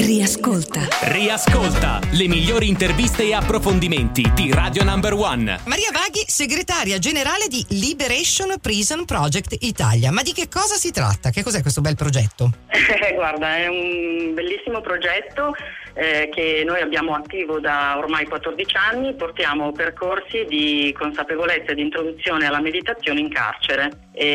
Riascolta le migliori interviste e approfondimenti di Radio Number One. Maria Vaghi, segretaria generale di Liberation Prison Project Italia. Ma di che cosa si tratta? Che cos'è questo bel progetto? Guarda, è un bellissimo progetto che noi abbiamo attivo da ormai 14 anni. Portiamo percorsi di consapevolezza e di introduzione alla meditazione in carcere.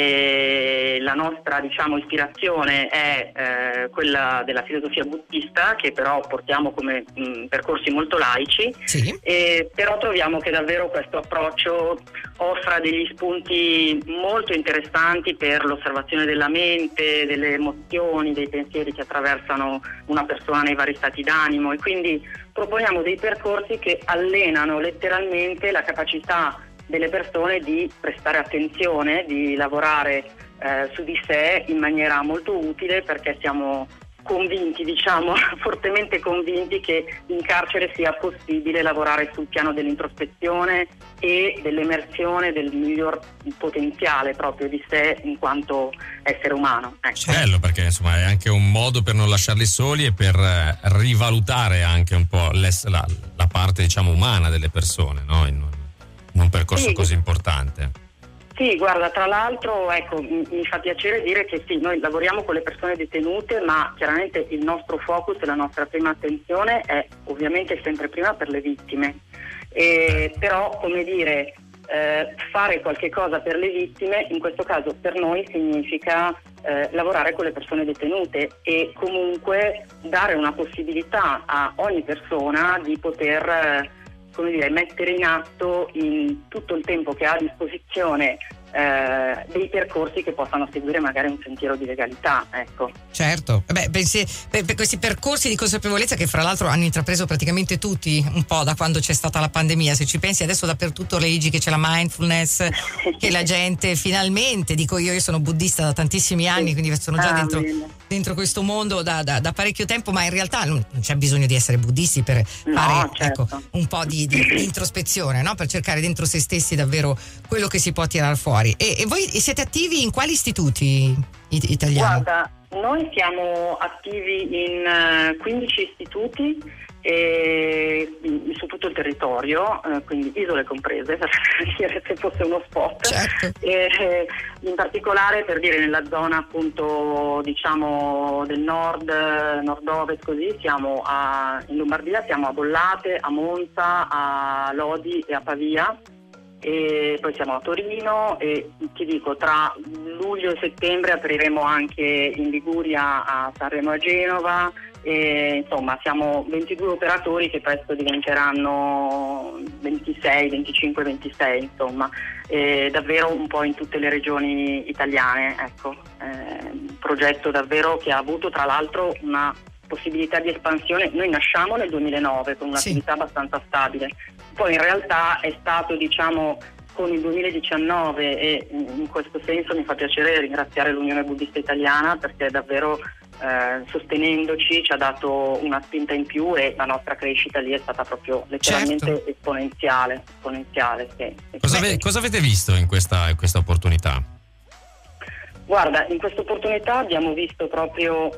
E la nostra, ispirazione è quella della filosofia buddista, che però portiamo come percorsi molto laici. Sì. Però troviamo che davvero questo approccio offra degli spunti molto interessanti per l'osservazione della mente, delle emozioni, dei pensieri che attraversano una persona nei vari stati d'animo, e quindi proponiamo dei percorsi che allenano letteralmente la capacità delle persone di prestare attenzione, di lavorare su di sé in maniera molto utile, perché siamo convinti, fortemente convinti che in carcere sia possibile lavorare sul piano dell'introspezione e dell'emersione del miglior potenziale proprio di sé in quanto essere umano. Bello, perché insomma è anche un modo per non lasciarli soli e per rivalutare anche un po' la parte umana delle persone, no? In un percorso così importante. Sì, guarda, tra l'altro, mi fa piacere dire che sì, noi lavoriamo con le persone detenute, ma chiaramente il nostro focus e la nostra prima attenzione è ovviamente sempre prima per le vittime. Però, fare qualche cosa per le vittime, in questo caso per noi significa lavorare con le persone detenute e comunque dare una possibilità a ogni persona di poter mettere in atto in tutto il tempo che ha a disposizione dei percorsi che possano seguire magari un sentiero di legalità, ecco. Certo, per questi percorsi di consapevolezza che fra l'altro hanno intrapreso praticamente tutti un po' da quando c'è stata la pandemia. Se ci pensi adesso dappertutto leggi che c'è la mindfulness, che la gente finalmente, dico io sono buddista da tantissimi anni, quindi sono già dentro questo mondo da parecchio tempo, ma in realtà non c'è bisogno di essere buddisti per fare un po' di introspezione, no? Per cercare dentro se stessi davvero quello che si può tirare fuori. E voi siete attivi in quali istituti italiani? Guarda, noi siamo attivi in 15 istituti su tutto il territorio, quindi isole comprese, per dire, se fosse uno spot. Certo. In particolare, per dire, nella zona appunto del nord-ovest, così siamo in Lombardia, siamo a Bollate, a Monza, a Lodi e a Pavia. E poi siamo a Torino e ti dico, tra luglio e settembre apriremo anche in Liguria, a Sanremo, a Genova, e insomma siamo 22 operatori che presto diventeranno 26, 25, 26, insomma, davvero un po' in tutte le regioni italiane, ecco. Un progetto davvero che ha avuto tra l'altro una possibilità di espansione. Noi nasciamo nel 2009 con un'attività abbastanza stabile, poi in realtà è stato con il 2019, e in questo senso mi fa piacere ringraziare l'Unione Buddista Italiana, perché davvero sostenendoci ci ha dato una spinta in più e la nostra crescita lì è stata proprio letteralmente esponenziale. Sì. Cosa avete visto in questa opportunità? Guarda, in questa opportunità abbiamo visto proprio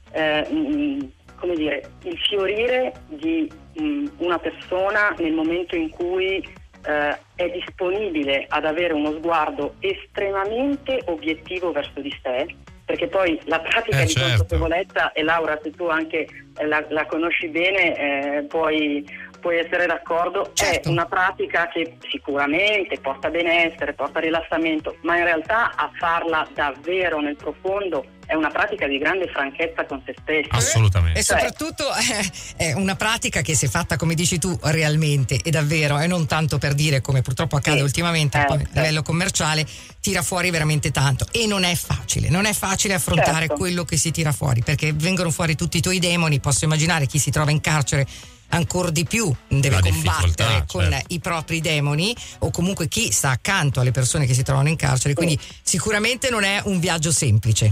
il fiorire di una persona nel momento in cui è disponibile ad avere uno sguardo estremamente obiettivo verso di sé, perché poi la pratica di consapevolezza, e Laura, se tu anche la conosci bene, puoi essere d'accordo, è una pratica che sicuramente porta benessere, porta rilassamento, ma in realtà a farla davvero nel profondo è una pratica di grande franchezza con se stessi. Assolutamente. E soprattutto è una pratica che, se fatta come dici tu realmente e davvero, e non tanto per dire, come purtroppo accade ultimamente a livello commerciale, tira fuori veramente tanto. E non è facile affrontare quello che si tira fuori, perché vengono fuori tutti i tuoi demoni. Posso immaginare chi si trova in carcere ancor di più deve combattere con i propri demoni, o comunque chi sta accanto alle persone che si trovano in carcere, quindi sicuramente non è un viaggio semplice.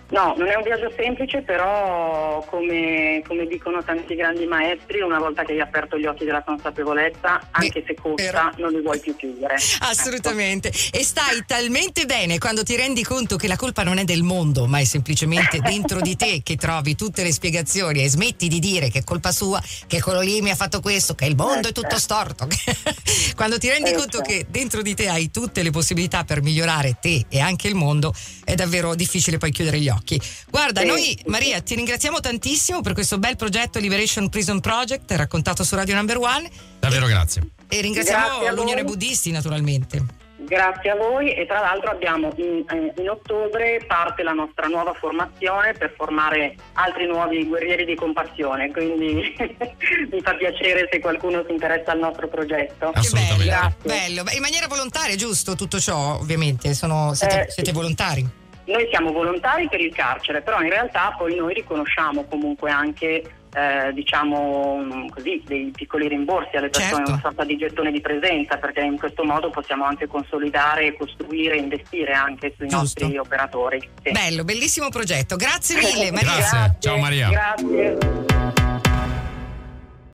No, non è un viaggio semplice, però come dicono tanti grandi maestri, una volta che hai aperto gli occhi della consapevolezza, anche se costa, non li vuoi più chiudere. Assolutamente. E stai talmente bene quando ti rendi conto che la colpa non è del mondo, ma è semplicemente dentro di te che trovi tutte le spiegazioni e smetti di dire che è colpa sua, che quello lì mi ha fatto questo, che il mondo è tutto storto. Quando ti rendi conto che dentro di te hai tutte le possibilità per migliorare te e anche il mondo, è davvero difficile poi chiudere gli occhi. Guarda, noi Maria ti ringraziamo tantissimo per questo bel progetto Liberation Prison Project raccontato su Radio Number One. Davvero grazie. E ringraziamo l'Unione Buddisti naturalmente. Grazie a voi, e tra l'altro abbiamo in ottobre parte la nostra nuova formazione per formare altri nuovi guerrieri di compassione, quindi mi fa piacere se qualcuno si interessa al nostro progetto. Assolutamente. Che bello. In maniera volontaria, giusto? Tutto ciò ovviamente siete volontari. Noi siamo volontari per il carcere, però in realtà poi noi riconosciamo comunque anche diciamo così dei piccoli rimborsi alle persone, una sorta di gettone di presenza, perché in questo modo possiamo anche consolidare, costruire e investire anche sui nostri operatori. Sì. Bello, bellissimo progetto. Grazie mille Maria. Grazie. Ciao Maria. Grazie.